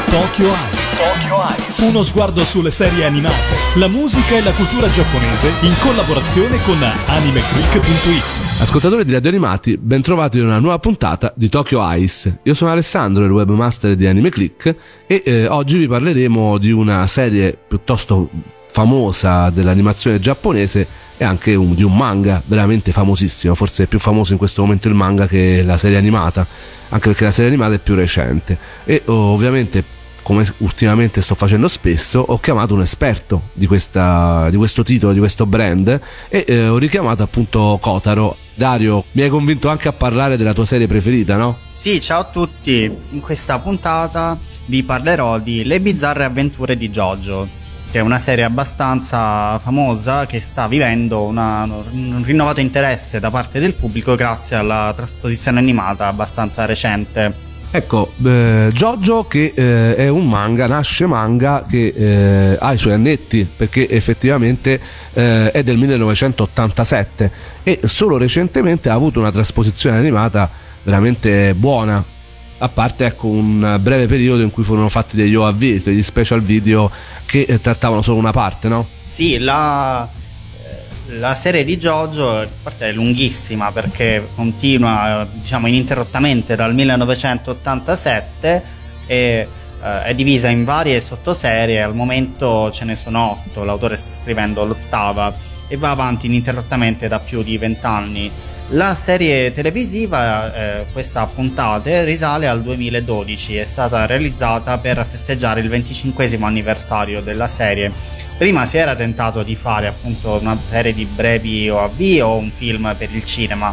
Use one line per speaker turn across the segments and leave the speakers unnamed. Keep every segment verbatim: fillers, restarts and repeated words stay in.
Tokyo Eyes. Tokyo Eyes. Uno sguardo sulle serie animate, la musica e la cultura giapponese in collaborazione con animeclick punto it.
Ascoltatori di Radio Animati, ben trovati in una nuova puntata di Tokyo Eyes. Io sono Alessandro, il webmaster di Animeclick, e eh, oggi vi parleremo di una serie piuttosto famosa dell'animazione giapponese e anche un, di un manga veramente famosissimo. Forse è più famoso in questo momento il manga che la serie animata, anche perché la serie animata è più recente. E oh, ovviamente, come ultimamente sto facendo spesso, ho chiamato un esperto di, questa, di questo titolo, di questo brand, e eh, ho richiamato appunto Kotaro. Dario, mi hai convinto anche a parlare della tua serie preferita, no?
Sì, ciao a tutti. In questa puntata vi parlerò di Le bizzarre avventure di JoJo, che è una serie abbastanza famosa che sta vivendo una, un rinnovato interesse da parte del pubblico grazie alla trasposizione animata abbastanza recente.
Ecco, eh, JoJo che eh, è un manga, nasce manga che eh, ha i suoi annetti, perché effettivamente eh, è del millenovecentottantasette e solo recentemente ha avuto una trasposizione animata veramente buona, a parte ecco un breve periodo in cui furono fatti degli O A V, degli special video che eh, trattavano solo una parte, no?
Sì, la... La serie di JoJo è lunghissima perché continua diciamo ininterrottamente dal millenovecentottantasette e eh, è divisa in varie sottoserie. Al momento ce ne sono otto, l'autore sta scrivendo l'ottava e va avanti ininterrottamente da più di vent'anni. La serie televisiva, eh, questa puntata, risale al duemiladodici, è stata realizzata per festeggiare il venticinquesimo anniversario della serie. Prima si era tentato di fare appunto una serie di brevi O A V o un film per il cinema,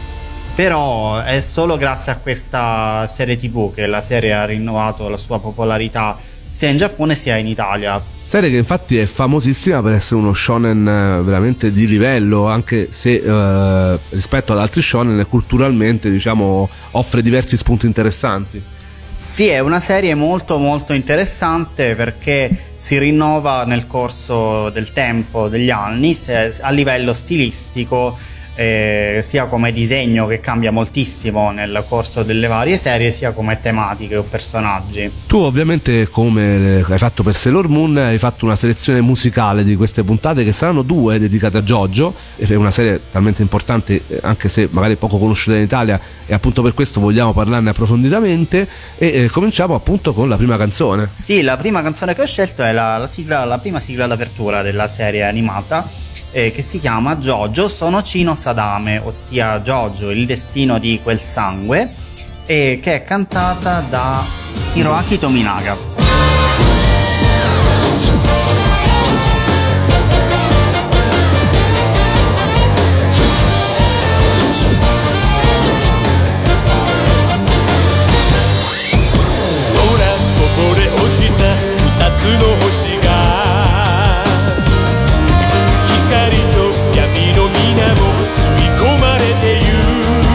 però è solo grazie a questa serie tivù che la serie ha rinnovato la sua popolarità sia in Giappone sia in Italia.
Serie che infatti è famosissima per essere uno shonen veramente di livello, anche se eh, rispetto ad altri shonen culturalmente diciamo offre diversi spunti interessanti.
Sì, è una serie molto molto interessante perché si rinnova nel corso del tempo, degli anni, a livello stilistico, eh, sia come disegno che cambia moltissimo nel corso delle varie serie, sia come tematiche o personaggi.
Tu ovviamente, come hai fatto per Sailor Moon, hai fatto una selezione musicale di queste puntate, che saranno due dedicate a JoJo. È una serie talmente importante, anche se magari poco conosciuta in Italia, e appunto per questo vogliamo parlarne approfonditamente. E eh, cominciamo appunto con la prima canzone.
Sì, la prima canzone che ho scelto è la, la, sigla, la prima sigla d'apertura della serie animata, eh, che si chiama JoJo Sono Chino Sadame, ossia JoJo, il destino di quel sangue, e che è cantata da Hiroaki Tominaga.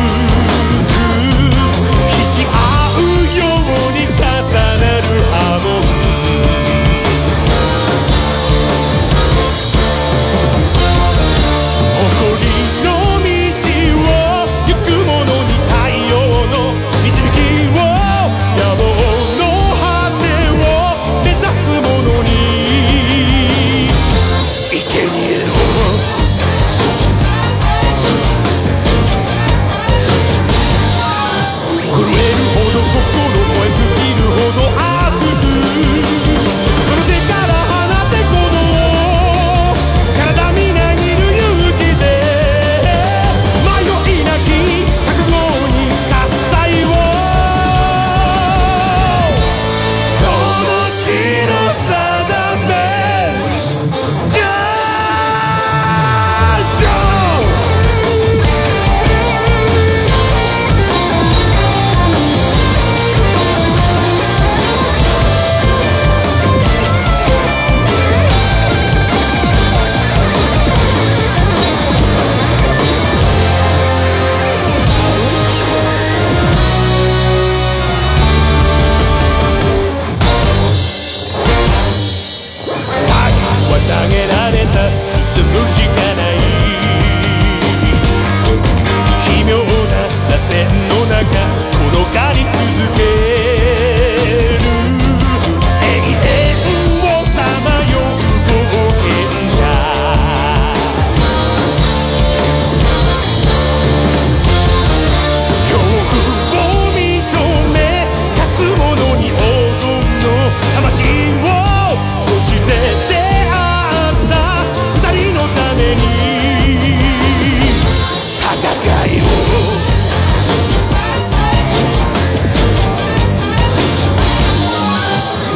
重なるハーモ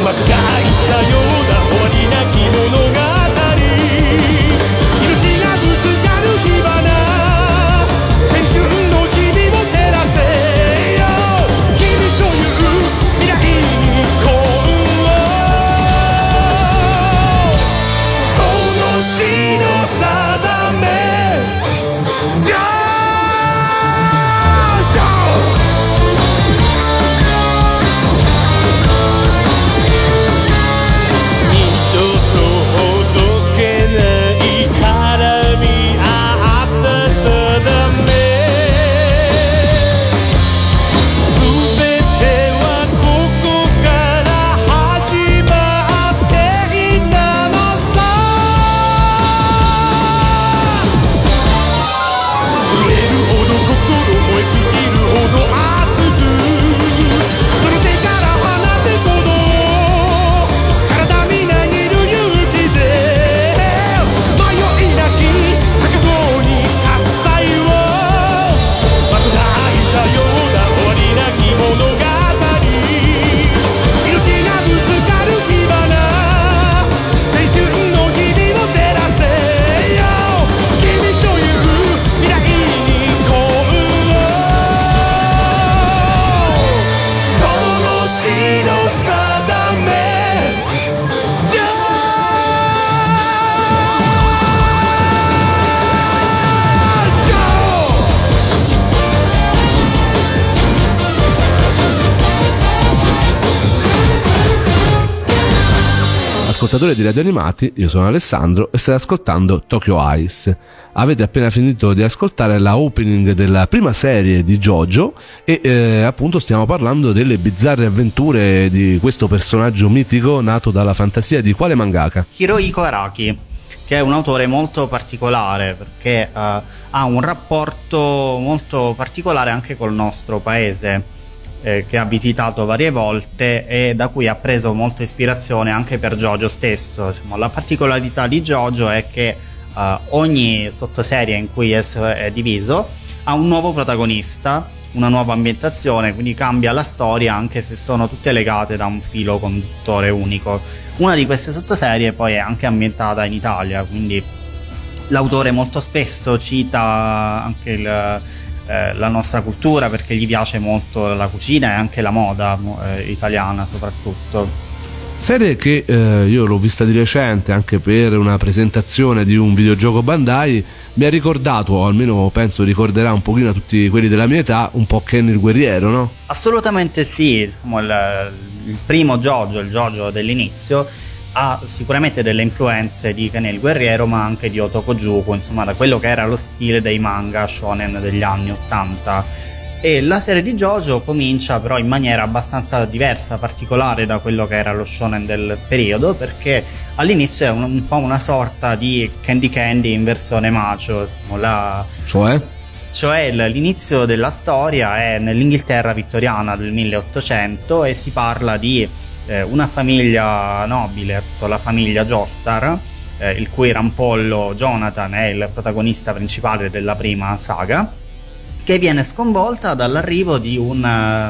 Ascoltatori di Radio Animati, io sono Alessandro e state ascoltando Tokyo Ice. Avete appena finito di ascoltare la opening della prima serie di JoJo e eh, appunto stiamo parlando delle bizzarre avventure di questo personaggio mitico nato dalla fantasia di quale mangaka?
Hirohiko Araki, che è un autore molto particolare perché uh, ha un rapporto molto particolare anche col nostro paese, eh, che ha visitato varie volte e da cui ha preso molta ispirazione anche per JoJo stesso. Diciamo, la particolarità di JoJo è che uh, ogni sottoserie in cui esso è diviso ha un nuovo protagonista, una nuova ambientazione, quindi cambia la storia anche se sono tutte legate da un filo conduttore unico. Una di queste sottoserie poi è anche ambientata in Italia, quindi l'autore molto spesso cita anche il, eh, la nostra cultura perché gli piace molto la cucina e anche la moda eh, italiana soprattutto.
Serie che eh, io l'ho vista di recente anche per una presentazione di un videogioco Bandai, mi ha ricordato, o almeno penso ricorderà un pochino a tutti quelli della mia età, un po' Ken il guerriero, no?
Assolutamente sì, il, il primo JoJo, il JoJo dell'inizio, ha sicuramente delle influenze di Ken il guerriero ma anche di Otoko Juku, insomma da quello che era lo stile dei manga shonen degli anni ottanta. E la serie di JoJo comincia però in maniera abbastanza diversa, particolare da quello che era lo shonen del periodo, perché all'inizio è un, un po' una sorta di Candy Candy in versione macho, la...
cioè?
Cioè l'inizio della storia è nell'Inghilterra vittoriana del milleottocento e si parla di eh, una famiglia nobile, la famiglia Joestar, eh, il cui rampollo Jonathan è il protagonista principale della prima saga, che viene sconvolta dall'arrivo di un,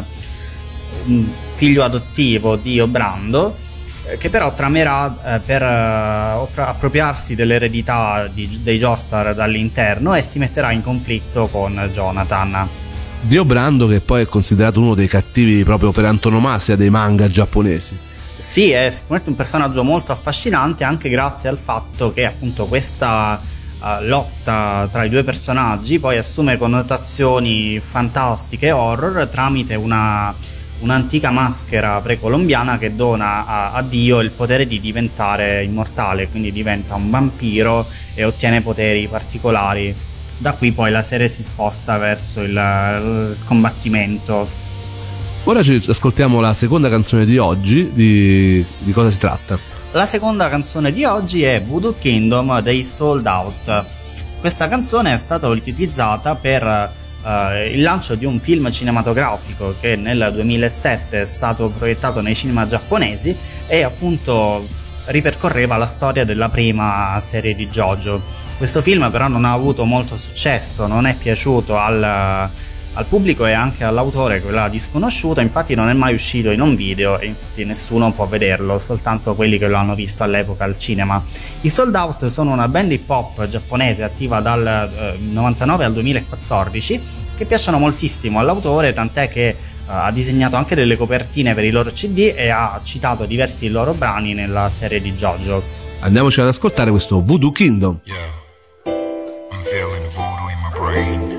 uh, un figlio adottivo, Dio Brando, eh, che però tramerà eh, per uh, appropriarsi dell'eredità di, dei Joestar dall'interno e si metterà in conflitto con Jonathan.
Dio Brando, che poi è considerato uno dei cattivi proprio per antonomasia dei manga giapponesi.
Sì, è sicuramente un personaggio molto affascinante anche grazie al fatto che appunto questa Uh, lotta tra i due personaggi poi assume connotazioni fantastiche e horror tramite una un'antica maschera precolombiana che dona a, a Dio il potere di diventare immortale, quindi diventa un vampiro e ottiene poteri particolari. Da qui poi la serie si sposta verso il, il combattimento.
Ora ci ascoltiamo la seconda canzone di oggi. Di, di cosa si tratta?
La seconda canzone di oggi è Voodoo Kingdom dei Sold Out. Questa canzone è stata utilizzata per uh, il lancio di un film cinematografico che nel duemilasette è stato proiettato nei cinema giapponesi e appunto ripercorreva la storia della prima serie di JoJo. Questo film però non ha avuto molto successo, non è piaciuto al, al pubblico e anche all'autore quella disconosciuta, infatti non è mai uscito in un video e infatti nessuno può vederlo, soltanto quelli che lo hanno visto all'epoca al cinema. I Sold Out sono una band hip hop giapponese attiva dal eh, novantanove al duemilaquattordici, che piacciono moltissimo all'autore, tant'è che uh, ha disegnato anche delle copertine per i loro C D e ha citato diversi loro brani nella serie di JoJo.
Andiamoci ad ascoltare questo Voodoo Kingdom.
Yeah, I'm feeling the voodoo in my brain.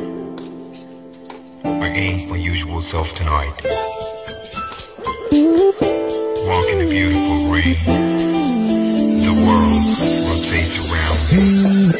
I ain't my usual self tonight. Walking the beautiful rain. The world rotates around.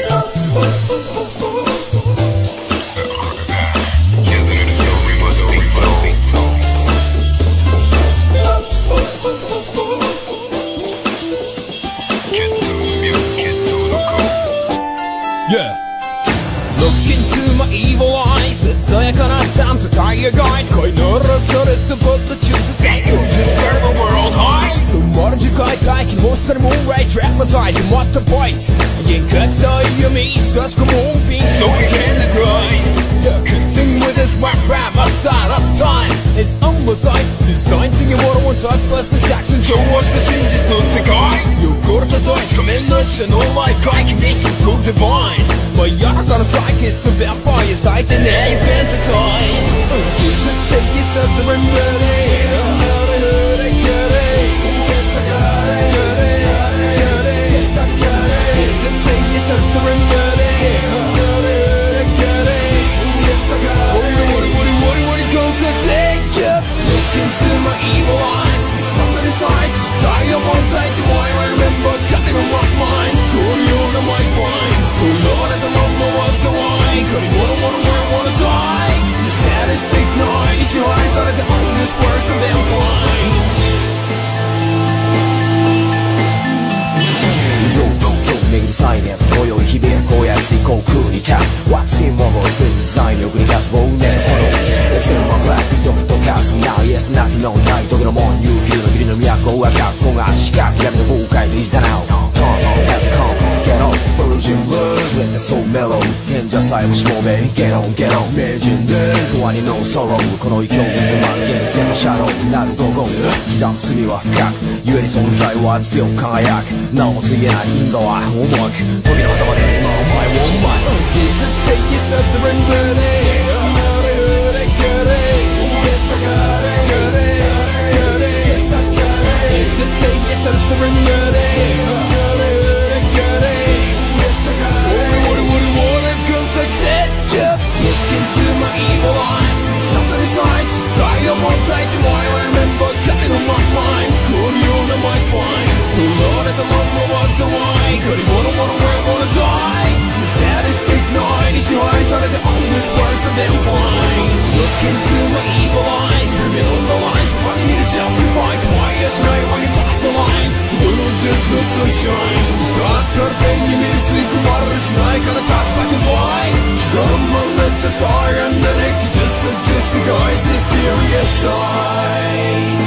Yeah. Look into my evil eyes. さやかなタンとタイヤガイド恋のらされたボットチュース Say you just serve a world high そまる次回大気もされも Ray Dramatize and what the point 限界さえ闇差し込む瓶 So we can disguise Yeah, connecting with this rap rap outside of time It's almost like design singing what I want to plus the Jackson 調和した真実の世界汚れた大地仮面の下の毎回 Condition so divine 真っ夜中のサイキスト Vampire 咲いてね You fantasize Here's a taste of the remedy I'm not a hood, I got it Yes I got it, got it, got it Yes I got it Here's a taste of the remedy I'm not a hood, I got it Yes I got it What do you, what do you, what do you, what do you, what do you gonna say? Yeah Look into my evil eyes See something inside Die of one day to why I remember Cutting on my mind Cool you on my spine Cool on at the moment what's the why Cutting wanna wanna wanna wanna die The saddest big night Is your eyes on the oldest words of them blind 巡るサイレンス今宵響く荒野航空に立つワクチンを追いつ材力にガスを埋める炎エクセルマンクラックドットカスナイエス泣きのない時のもん勇気の霧の都は学校が四角闇の崩壊でいざなう Turn on, let's come, get on, virgin love 全てそうメロン賢者さえもしもべ Get on, get on, 名人で永遠にノーソローこの勢い渦巻く現世のシャドウなる午後刻む罪は深く故に存在は強く輝く名も告げない因果は重く時の狭間で今お前を待つ Here's a taste of the remedy I'm not a hood, I got it Yes I got it, got it, got it Yes I got it Here's a taste of the remedy I'm not a hood, I got it Yes I got it What do, what do, what do, what is good success? Yeah Look into my evil eyes See something inside Die on one day tomorrow I remember cutting on my mind Cool you on my spine Too long at the moment what's the why Could you wanna wanna wanna wanna die The saddest big night Is your eyes on the oldest words of them blind Look into my evil eyes Dreaming on the lines Find me to justify Why is night when you pass the line Little there's no sunshine Start turning you miss it Come out of the night Gonna toss back and fly Someone lit the star And then it could just suggest the guy's mysterious side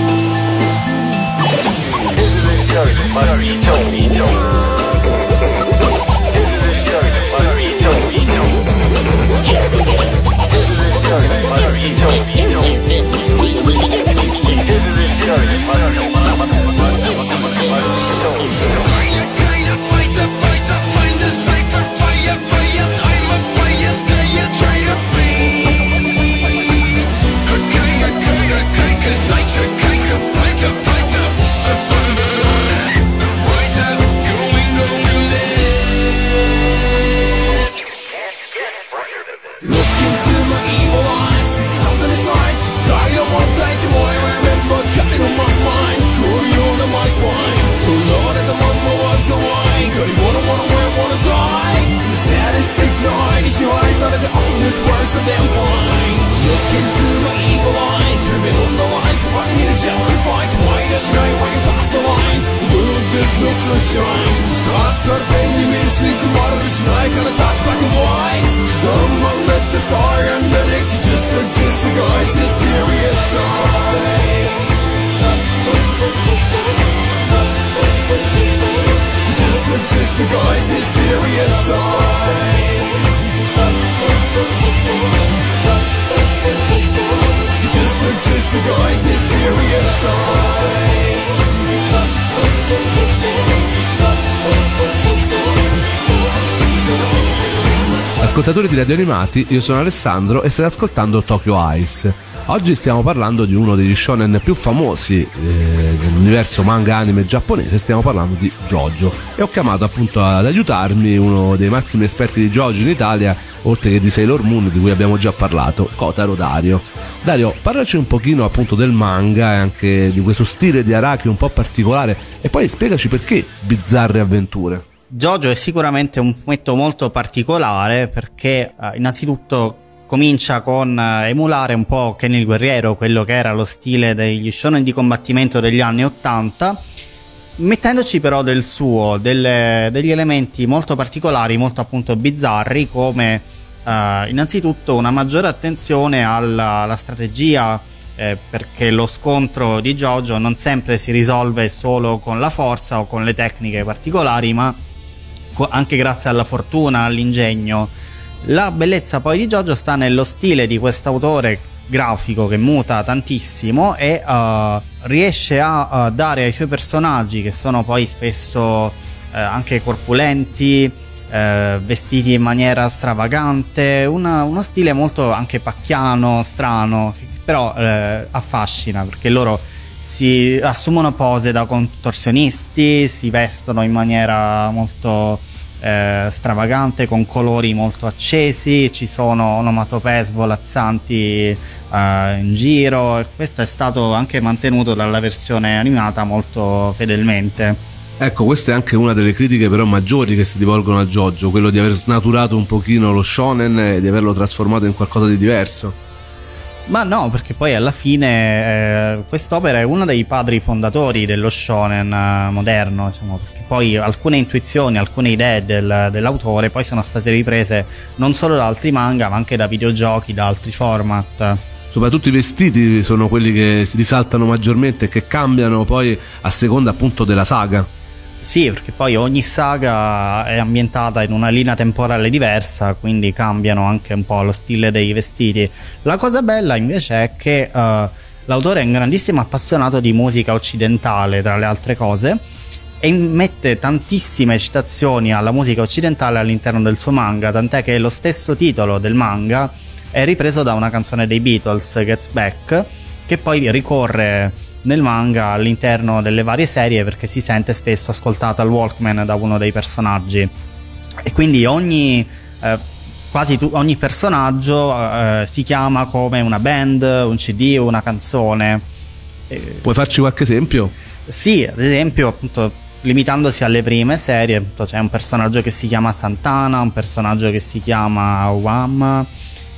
Just a guy's mysterious side
Ascoltatori di Radio Animati, io sono Alessandro e state ascoltando Tokyo Ice. Oggi stiamo parlando di uno degli shonen più famosi eh, dell'universo manga anime giapponese, stiamo parlando di JoJo, e ho chiamato appunto ad aiutarmi uno dei massimi esperti di JoJo in Italia, oltre che di Sailor Moon di cui abbiamo già parlato, Kotaro Dario. Dario, parlaci un pochino appunto del manga e anche di questo stile di Araki un po' particolare, e poi spiegaci perché bizzarre avventure.
JoJo è sicuramente un fumetto molto particolare perché eh, innanzitutto comincia con eh, emulare un po' Ken il Guerriero, quello che era lo stile degli shonen di combattimento degli anni ottanta, mettendoci però del suo, delle, degli elementi molto particolari, molto appunto bizzarri, come eh, innanzitutto una maggiore attenzione alla, alla strategia, eh, perché lo scontro di JoJo non sempre si risolve solo con la forza o con le tecniche particolari, ma co- anche grazie alla fortuna, all'ingegno. La bellezza poi di JoJo sta nello stile di quest'autore grafico che muta tantissimo e uh, riesce a uh, dare ai suoi personaggi, che sono poi spesso uh, anche corpulenti, uh, vestiti in maniera stravagante, una, uno stile molto anche pacchiano, strano, che però uh, affascina, perché loro si assumono pose da contorsionisti, si vestono in maniera molto Eh, stravagante, con colori molto accesi, ci sono onomatopee svolazzanti eh, in giro, e questo è stato anche mantenuto dalla versione animata molto fedelmente.
Ecco, questa è anche una delle critiche però maggiori che si rivolgono a JoJo, quello di aver snaturato un pochino lo shonen e di averlo trasformato in qualcosa di diverso.
Ma no, perché poi alla fine eh, quest'opera è uno dei padri fondatori dello shonen eh, moderno, diciamo, perché poi alcune intuizioni, alcune idee del, dell'autore poi sono state riprese non solo da altri manga, ma anche da videogiochi, da altri format.
Soprattutto i vestiti sono quelli che si risaltano maggiormente e che cambiano poi a seconda appunto della saga.
Sì, perché poi ogni saga è ambientata in una linea temporale diversa, quindi cambiano anche un po' lo stile dei vestiti. La cosa bella invece è che uh, l'autore è un grandissimo appassionato di musica occidentale, tra le altre cose, e mette tantissime citazioni alla musica occidentale all'interno del suo manga, tant'è che lo stesso titolo del manga è ripreso da una canzone dei Beatles, Get Back, che poi ricorre nel manga all'interno delle varie serie perché si sente spesso ascoltata al Walkman da uno dei personaggi, e quindi ogni eh, quasi tu, ogni personaggio eh, si chiama come una band, un C D o una canzone.
Puoi farci qualche esempio?
Sì, ad esempio appunto limitandosi alle prime serie, appunto, c'è un personaggio che si chiama Santana, un personaggio che si chiama Wham,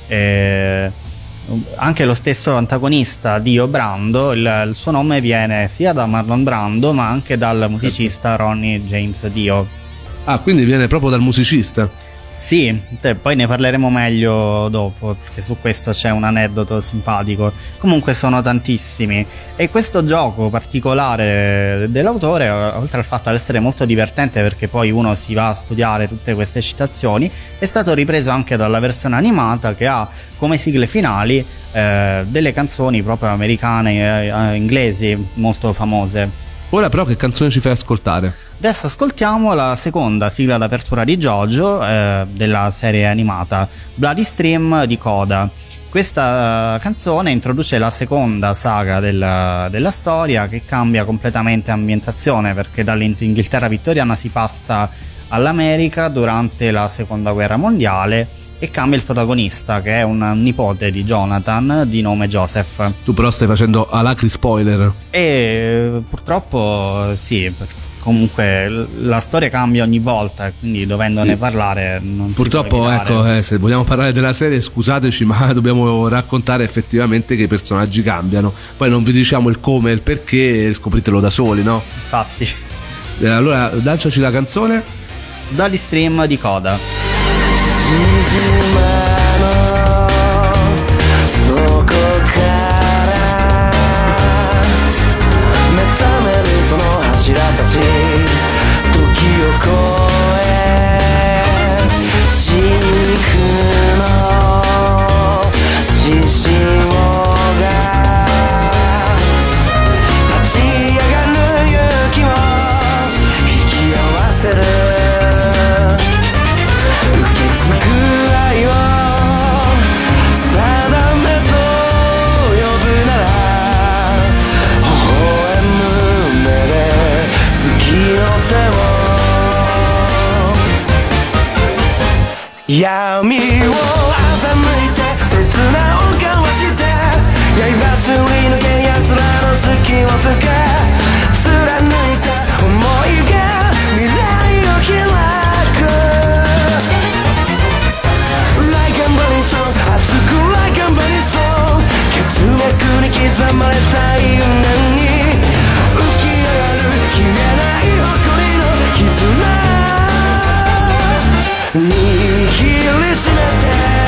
eh, anche lo stesso antagonista Dio Brando, il, il suo nome viene sia da Marlon Brando ma anche dal musicista Ronnie James Dio.
Ah, quindi viene proprio dal musicista?
Sì, te, poi ne parleremo meglio dopo, perché su questo c'è un aneddoto simpatico. Comunque sono tantissimi, e questo gioco particolare dell'autore, oltre al fatto di essere molto divertente perché poi uno si va a studiare tutte queste citazioni, è stato ripreso anche dalla versione animata, che ha come sigle finali eh, delle canzoni proprio americane, eh, inglesi, molto famose.
Ora però che canzone ci fai ascoltare?
Adesso ascoltiamo la seconda sigla d'apertura di JoJo eh, della serie animata, Bloody Stream di Coda. Questa canzone introduce la seconda saga della, della storia, che cambia completamente ambientazione, perché dall'Inghilterra vittoriana si passa all'America durante la seconda guerra mondiale, e cambia il protagonista, che è un nipote di Jonathan di nome Joseph.
Tu però stai facendo alacri spoiler.
E purtroppo sì, comunque la storia cambia ogni volta, quindi dovendone sì. parlare non
purtroppo
si può
ecco eh, se vogliamo parlare della serie scusateci, ma dobbiamo raccontare effettivamente che i personaggi cambiano, poi non vi diciamo il come e il perché, scopritelo da soli, no?
Infatti.
Eh, allora lanciaci la canzone
Bloody Stream di Coda.
柱たち時を超え真空の血潮が立ち上がる勇気を引き合わせる受け継ぐ愛闇を欺いて切なを交わして刃すり抜け奴らの隙をつけ貫いた想いが未来を開く Like a burning stone 熱く Like a burning stone 血脈に刻まれた因縁に浮き上がる消えない誇りの絆握りしめて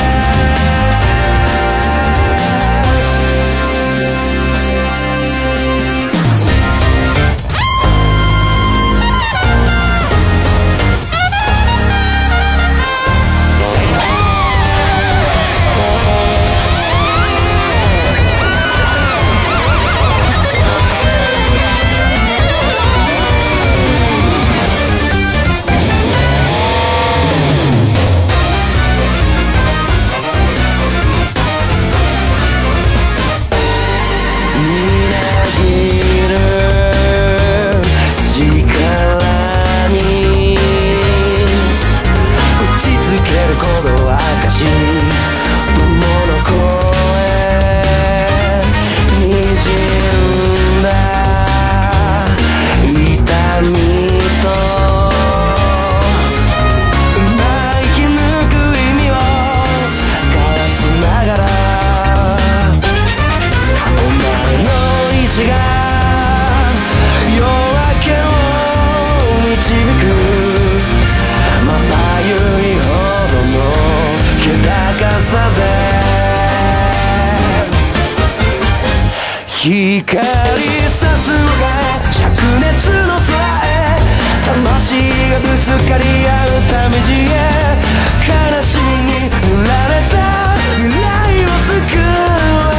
光さすのが灼熱の空へ魂がぶつかり合うため地へ悲しみに塗られた未来を救え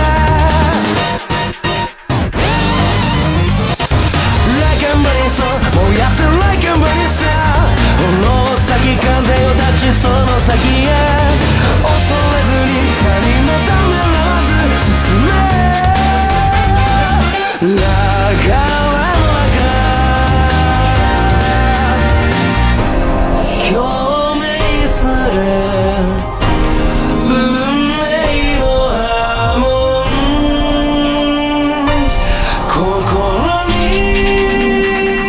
Like a burning stone 燃やす Like a burning star 炎を裂き風を断ちその先へ恐れずに何もためらわず進め La galera共鳴する運命の波紋心に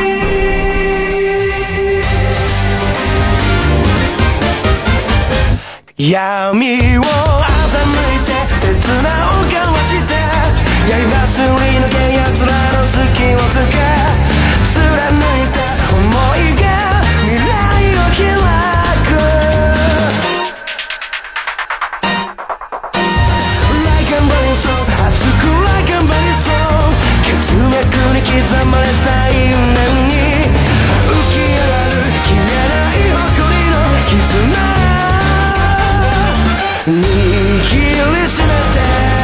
闇を欺いて切なを交わして刃すり抜け奴らの隙をつけ貫いた想いが未来を開く Like a burning stone 熱く Like a burning stone 血脈に刻まれた因縁に浮き上がる消えない誇りの絆握りしめて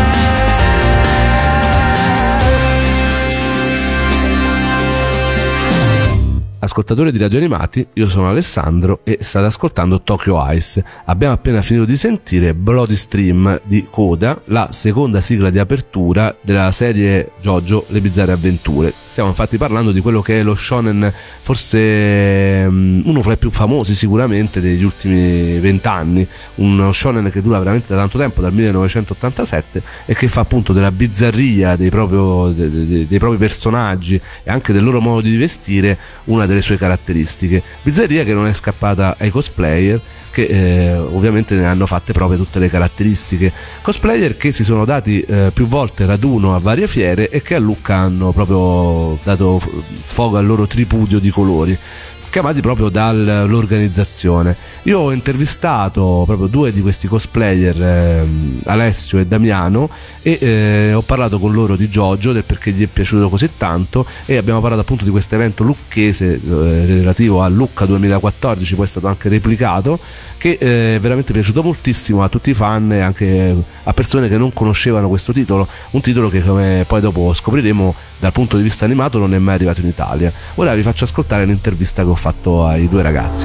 Ascoltatori di Radio Animati, io sono Alessandro e state ascoltando Tokyo Ice. Abbiamo appena finito di sentire Bloody Stream di Coda, la seconda sigla di apertura della serie JoJo Le Bizzarre Avventure. Stiamo infatti parlando di quello che è lo shonen forse um, uno fra i più famosi sicuramente degli ultimi vent'anni, uno shonen che dura veramente da tanto tempo, dal millenovecentottantasette, e che fa appunto della bizzarria dei, proprio, dei, dei, dei propri personaggi e anche del loro modo di vestire una delle sue caratteristiche. Bizzarria che non è scappata ai cosplayer, che eh, ovviamente ne hanno fatte proprio tutte le caratteristiche. Cosplayer che si sono dati eh, più volte raduno a varie fiere e che a Lucca hanno proprio dato sfogo al loro tripudio di colori, chiamati proprio dall'organizzazione. Io ho intervistato proprio due di questi cosplayer, eh, Alessio e Damiano, e eh, ho parlato con loro di JoJo, del perché gli è piaciuto così tanto, e abbiamo parlato appunto di questo evento lucchese eh, relativo a Lucca duemilaquattordici, poi è stato anche replicato, che eh, è veramente piaciuto moltissimo a tutti i fan e anche a persone che non conoscevano questo titolo, un titolo che, come poi dopo scopriremo, dal punto di vista animato non è mai arrivato in Italia. Ora vi faccio ascoltare l'intervista che ho fatto ai due ragazzi.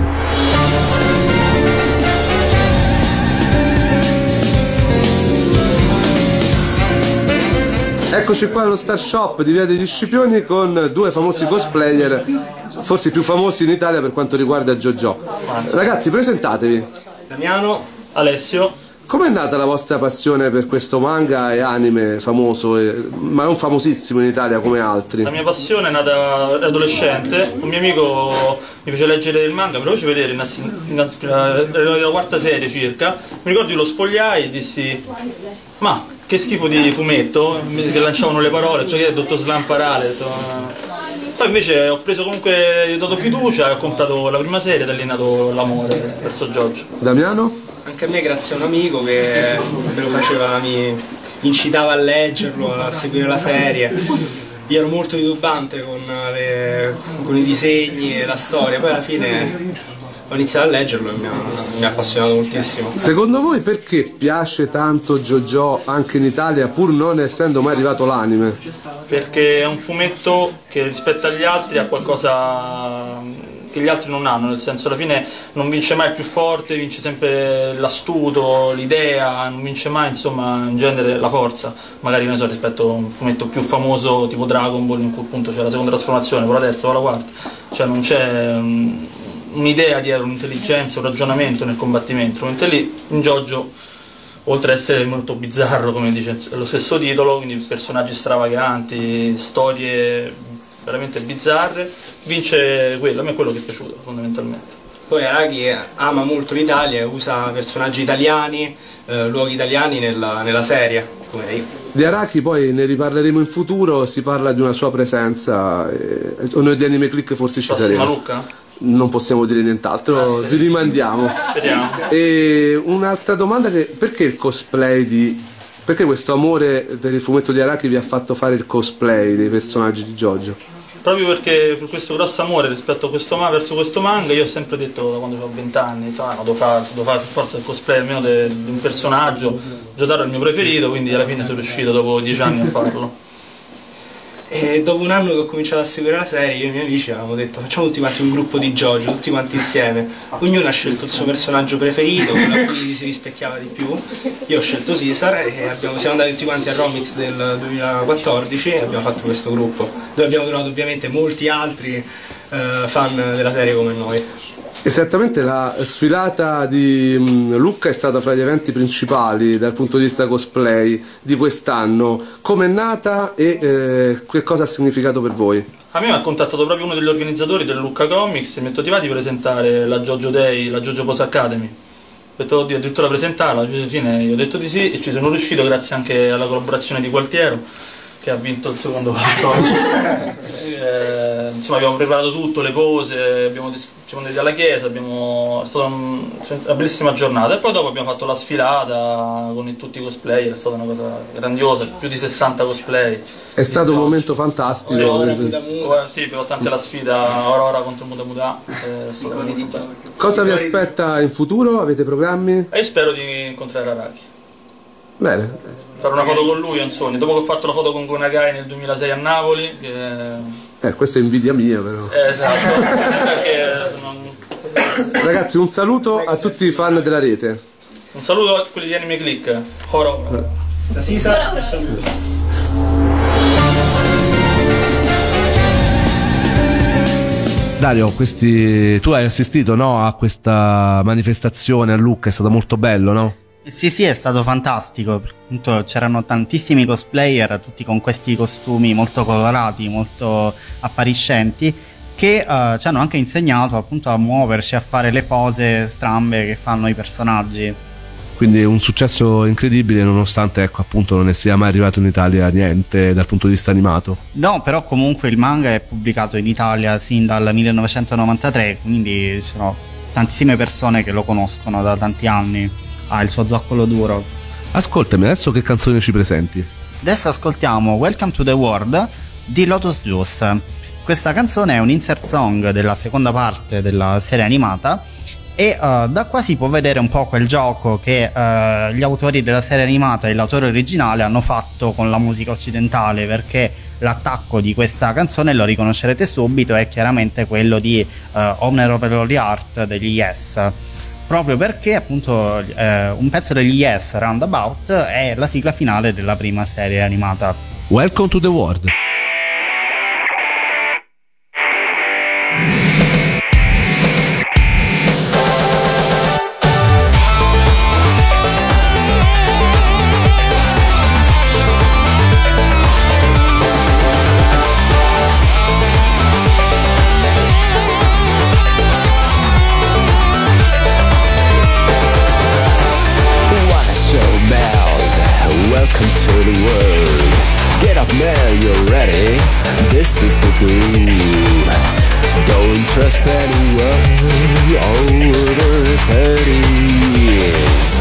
Eccoci qua allo Star Shop di Via degli Scipioni con due famosi cosplayer, forse i più famosi in Italia per quanto riguarda JoJo. Ragazzi, presentatevi.
Damiano.
Alessio.
Com'è nata la vostra passione per questo manga e anime famoso, e, ma non famosissimo in Italia come altri?
La mia passione è nata da adolescente. Un mio amico mi fece leggere il manga, me lo fece vedere in, in, in, la quarta serie circa. Mi ricordo io lo sfogliai e dissi: ma che schifo di fumetto, che lanciavano le parole, cioè che è dottor Slamparale. Poi invece ho preso comunque, ho dato fiducia e ho comprato la prima serie, da lì è nato l'amore verso Jojo.
Damiano?
Anche a me grazie a un amico che me lo faceva, mi incitava a leggerlo, a seguire la serie. Io ero molto titubante con, le, con i disegni e la storia, poi alla fine ho iniziato a leggerlo e mi ha, mi ha appassionato moltissimo.
Secondo voi perché piace tanto JoJo anche in Italia, pur non essendo mai arrivato l'anime?
Perché è un fumetto che rispetto agli altri ha qualcosa che gli altri non hanno, nel senso alla fine non vince mai il più forte, vince sempre l'astuto, l'idea, non vince mai insomma in genere la forza, magari non so rispetto a un fumetto più famoso tipo Dragon Ball in cui appunto c'è la seconda trasformazione, poi la terza, poi la quarta, cioè non c'è um, un'idea dietro, un'intelligenza, un ragionamento nel combattimento, mentre lì in JoJo, oltre ad essere molto bizzarro come dice lo stesso titolo, quindi personaggi stravaganti, storie veramente bizzarre, vince quello, a me è quello che è piaciuto fondamentalmente.
Poi Araki ama molto l'Italia e usa personaggi italiani, eh, luoghi italiani nella, nella serie. Come
di Araki poi ne riparleremo in futuro, si parla di una sua presenza, e noi di Anime Click forse ci
Prossima
saremo.
Lucca?
Non possiamo dire nient'altro, vi rimandiamo.
Speriamo.
E un'altra domanda, che perché il cosplay di... perché questo amore per il fumetto di Araki vi ha fatto fare il cosplay dei personaggi di JoJo?
Proprio perché per questo grosso amore rispetto a questo manga, verso questo manga, io ho sempre detto da quando avevo venti anni, ah, no, devo fare, devo fare per forza il cosplay almeno di un personaggio. Jotaro è il mio preferito, quindi alla fine sono riuscito dopo dieci anni a farlo.
E dopo un anno che ho cominciato a seguire la serie, io e i miei amici avevamo detto facciamo tutti quanti un gruppo di JoJo, tutti quanti insieme. Ognuno ha scelto il suo personaggio preferito, quello a cui si rispecchiava di più. Io ho scelto Caesar e abbiamo, siamo andati tutti quanti al Romix del duemilaquattordici e abbiamo fatto questo gruppo, dove abbiamo trovato ovviamente molti altri eh, fan della serie come noi.
Esattamente, la sfilata di um, Lucca è stata fra gli eventi principali dal punto di vista cosplay di quest'anno. Come è nata e eh, che cosa ha significato per voi?
A me mi ha contattato proprio uno degli organizzatori del Lucca Comics e mi ha detto ti va di presentare la JoJo Day, la JoJo Pose Academy. Ho detto oddio, addirittura presentarla, alla fine io ho detto di sì e ci sono riuscito grazie anche alla collaborazione di Gualtiero che ha vinto il secondo posto. eh, insomma abbiamo preparato tutto, le pose, abbiamo, siamo andati alla chiesa, abbiamo, è stata un, una bellissima giornata e poi dopo abbiamo fatto la sfilata con i, tutti i cosplayer, è stata una cosa grandiosa, più di sessanta cosplay.
È stato un momento fantastico.
Ora, Muda Muda. Sì, abbiamo fatto anche la sfida Aurora contro Muda Muda, è stato molto bello.
Cosa vi aspetta in futuro? Avete programmi?
E io spero di incontrare Araki.
Bene.
Fare una foto con lui è un sogno, dopo che ho fatto la foto con Gonagai nel duemilasei a Napoli che...
eh questa è invidia mia però
eh, esatto perché non...
Ragazzi, un saluto a tutti i fan della rete,
un saluto a quelli di Anime Click, Horo
da Sisa, un saluto.
Dario, questi... tu hai assistito, no, a questa manifestazione a Lucca, è stato molto bello, no?
Sì, sì, è stato fantastico. Appunto, c'erano tantissimi cosplayer, tutti con questi costumi molto colorati, molto appariscenti, che uh, ci hanno anche insegnato appunto a muoverci, a fare le pose strambe che fanno i personaggi.
Quindi un successo incredibile, nonostante ecco appunto non ne sia mai arrivato in Italia niente dal punto di vista animato.
No, però comunque il manga è pubblicato in Italia sin dal millenovecentonovantatré, quindi ci sono tantissime persone che lo conoscono da tanti anni. Ha il suo zoccolo duro.
Ascoltami, adesso che canzone ci presenti?
Adesso ascoltiamo Welcome to the World di Lotus Juice. Questa canzone è un insert song della seconda parte della serie animata e uh, da qua si può vedere un po' quel gioco che uh, gli autori della serie animata e l'autore originale hanno fatto con la musica occidentale, perché l'attacco di questa canzone, lo riconoscerete subito, è chiaramente quello di uh, Honor of the Holy Heart degli Yes. Proprio perché appunto eh, un pezzo degli Yes, Roundabout, è la sigla finale della prima serie animata.
Welcome to the World.
do. Don't trust anyone over thirty years.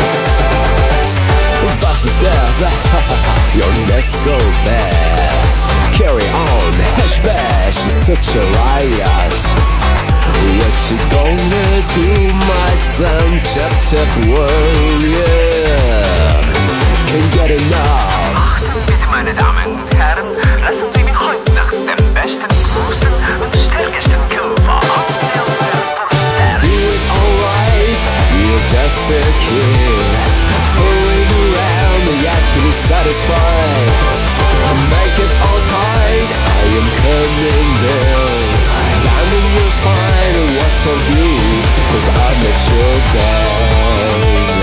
Fast as stairs, you're not so bad. Carry on, hash bash, such a riot. What you gonna do, my son? Chap chap warrior. Can't get enough.
Achtung bitte, meine Damen und Herren, lassen Sie mich heute nach dem besten, größten und stärksten Körper
do it alright, you're just a kid. Fooling around, yet to be satisfied. Make it all tight, I am coming down. I'm in your spine, what's on you? Cause I'm not your guy.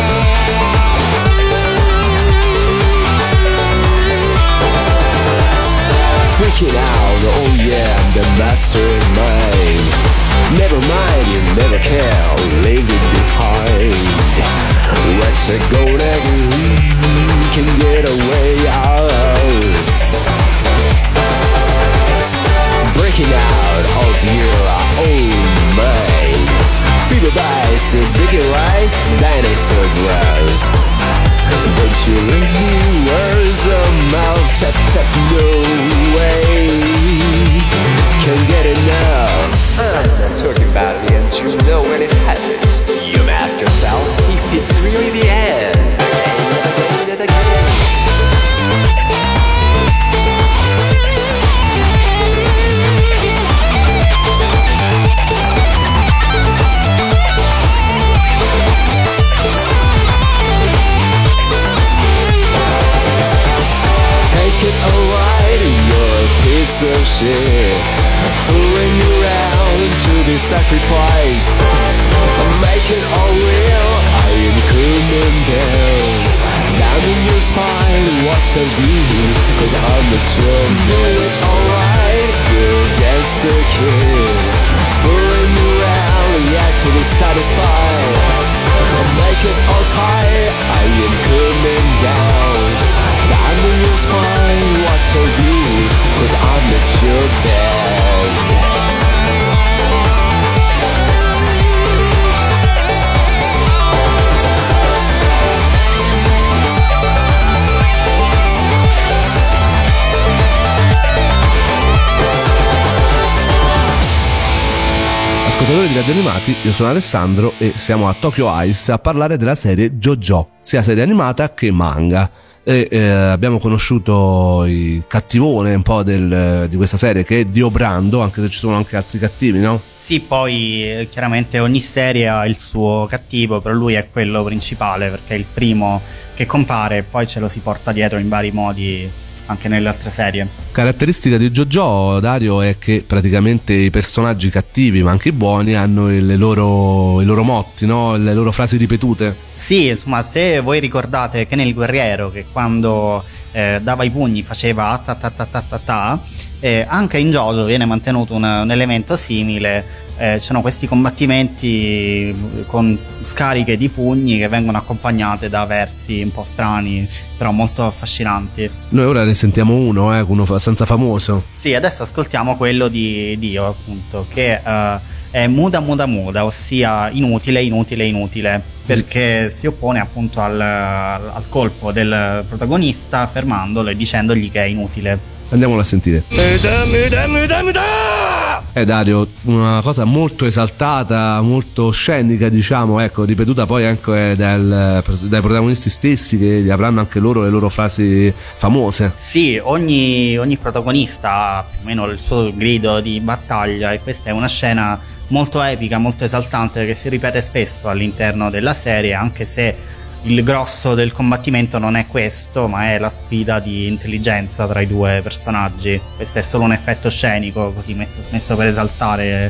Freaking out, oh yeah, I'm the mastermind. Never mind, you never care, leave it behind. What you gonna do? Can get away out. Breaking out of your own mind. Fever bites, bigger rice, dinosaur grass. Don't you leave me words of mouth, tap tap, no way. Can't get enough. I'm talking about the end, you know when it happens. You ask yourself if it's really the end. Again and again and again. Take it alright, you're a piece of shit. Fooling around to be sacrificed. Make it all real, I am coming down. Down in your spine, what I do? Cause I'm the chum. Do it alright, you're just a kid. Fooling around, yet to be satisfied. Make it all tight, I am coming down. Down in your spine, what I do? Cause I'm not your bad.
Ascoltatori di Radio Animati, io sono Alessandro e siamo a Tokyo Ice a parlare della serie JoJo, sia serie animata che manga. E eh, abbiamo conosciuto il cattivone un po' del, di questa serie, che è Dio Brando, anche se ci sono anche altri cattivi, no?
Sì, poi chiaramente ogni serie ha il suo cattivo, però lui è quello principale perché è il primo che compare e poi ce lo si porta dietro in vari modi anche nelle altre serie.
Caratteristica di JoJo, Dario, è che praticamente i personaggi cattivi ma anche i buoni hanno le loro, i loro motti, no? Le loro frasi ripetute.
Sì, insomma, se voi ricordate che nel Guerriero, che quando eh, dava i pugni faceva ta ta ta ta ta ta, eh, anche in JoJo viene mantenuto un, un elemento simile. Eh, ci sono questi combattimenti con scariche di pugni che vengono accompagnate da versi un po' strani, però molto affascinanti.
Noi ora ne sentiamo uno, eh, uno abbastanza famoso.
Sì, adesso ascoltiamo quello di Dio, appunto, che uh, è muda muda muda, ossia inutile, inutile, inutile, perché si oppone appunto al, al colpo del protagonista fermandolo e dicendogli che è inutile.
Andiamolo a sentire. Eh Dario, una cosa molto esaltata, molto scenica, diciamo, ecco, ripetuta poi anche dal, dai protagonisti stessi, che avranno anche loro le loro frasi famose.
Sì, ogni, ogni protagonista ha più o meno il suo grido di battaglia e questa è una scena molto epica, molto esaltante, che si ripete spesso all'interno della serie, anche se il grosso del combattimento non è questo, ma è la sfida di intelligenza tra i due personaggi. Questo è solo un effetto scenico, così messo per esaltare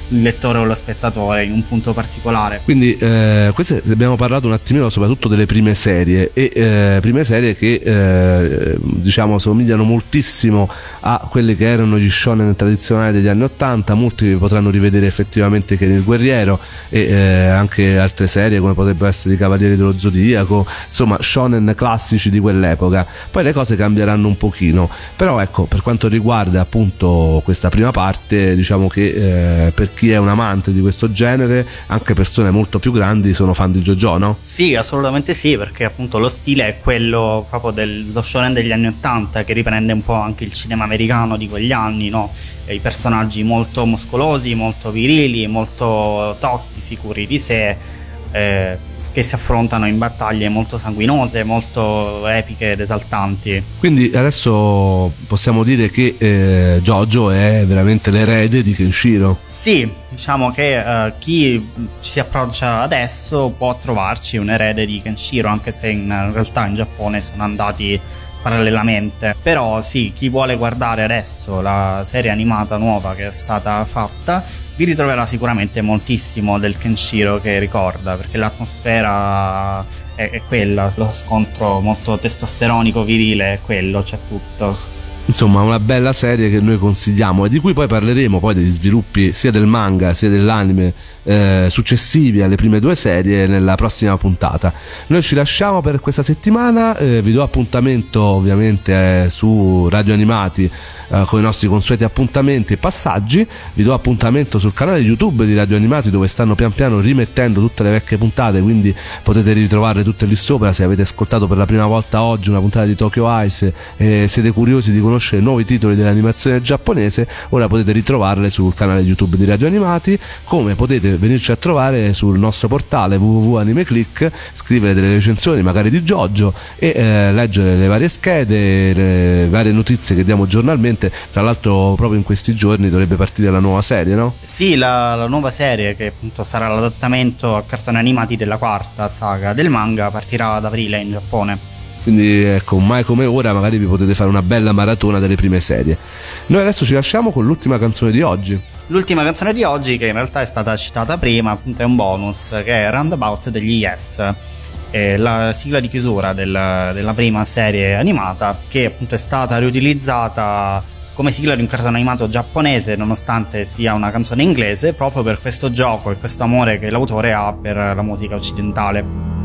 il lettore o lo spettatore in un punto particolare.
Quindi eh, queste abbiamo parlato un attimino soprattutto delle prime serie e eh, prime serie che eh, diciamo somigliano moltissimo a quelle che erano gli shonen tradizionali degli anni ottanta. Molti potranno rivedere effettivamente Ken il Guerriero e eh, anche altre serie come potrebbero essere i Cavalieri dello Zodiaco, insomma shonen classici di quell'epoca. Poi le cose cambieranno un pochino, però ecco, per quanto riguarda appunto questa prima parte, diciamo che eh, per chi è un amante di questo genere, anche persone molto più grandi sono fan di JoJo, no?
Sì, assolutamente sì, perché appunto lo stile è quello proprio dello shonen degli anni ottanta, che riprende un po' anche il cinema americano di quegli anni, no? E i personaggi molto muscolosi, molto virili, molto tosti, sicuri di sé, eh, che si affrontano in battaglie molto sanguinose, molto epiche ed esaltanti.
Quindi adesso possiamo dire che eh, JoJo è veramente l'erede di Kenshiro.
Sì, diciamo che uh, chi ci si approccia adesso può trovarci un erede di Kenshiro, anche se in, in realtà in Giappone sono andati parallelamente. Però sì, chi vuole guardare adesso la serie animata nuova che è stata fatta vi ritroverà sicuramente moltissimo del Kenshiro che ricorda, perché l'atmosfera è, è quella, lo scontro molto testosteronico virile è quello, c'è tutto.
Insomma, una bella serie che noi consigliamo e di cui poi parleremo poi degli sviluppi sia del manga sia dell'anime eh, successivi alle prime due serie nella prossima puntata. Noi ci lasciamo per questa settimana, eh, vi do appuntamento ovviamente eh, su Radio Animati eh, con i nostri consueti appuntamenti e passaggi. Vi do appuntamento sul canale YouTube di Radio Animati, dove stanno pian piano rimettendo tutte le vecchie puntate, quindi potete ritrovarle tutte lì sopra. Se avete ascoltato per la prima volta oggi una puntata di Tokyo Ice e siete curiosi di conoscere nuovi titoli dell'animazione giapponese, ora potete ritrovarle sul canale YouTube di Radio Animati, come potete venirci a trovare sul nostro portale w w w punto anime click, scrivere delle recensioni magari di JoJo e eh, leggere le varie schede, le varie notizie che diamo giornalmente. Tra l'altro proprio in questi giorni dovrebbe partire la nuova serie, no?
Sì, la, la nuova serie, che appunto sarà l'adattamento a cartoni animati della quarta saga del manga, partirà ad aprile in Giappone.
Quindi ecco, mai come ora magari vi potete fare una bella maratona delle prime serie. Noi adesso ci lasciamo con l'ultima canzone di oggi.
L'ultima canzone di oggi, che in realtà è stata citata prima, appunto è un bonus, che è Roundabout degli Yes, è la sigla di chiusura del, della prima serie animata, che appunto è stata riutilizzata come sigla di un cartone animato giapponese, nonostante sia una canzone inglese, proprio per questo gioco e questo amore che l'autore ha per la musica occidentale.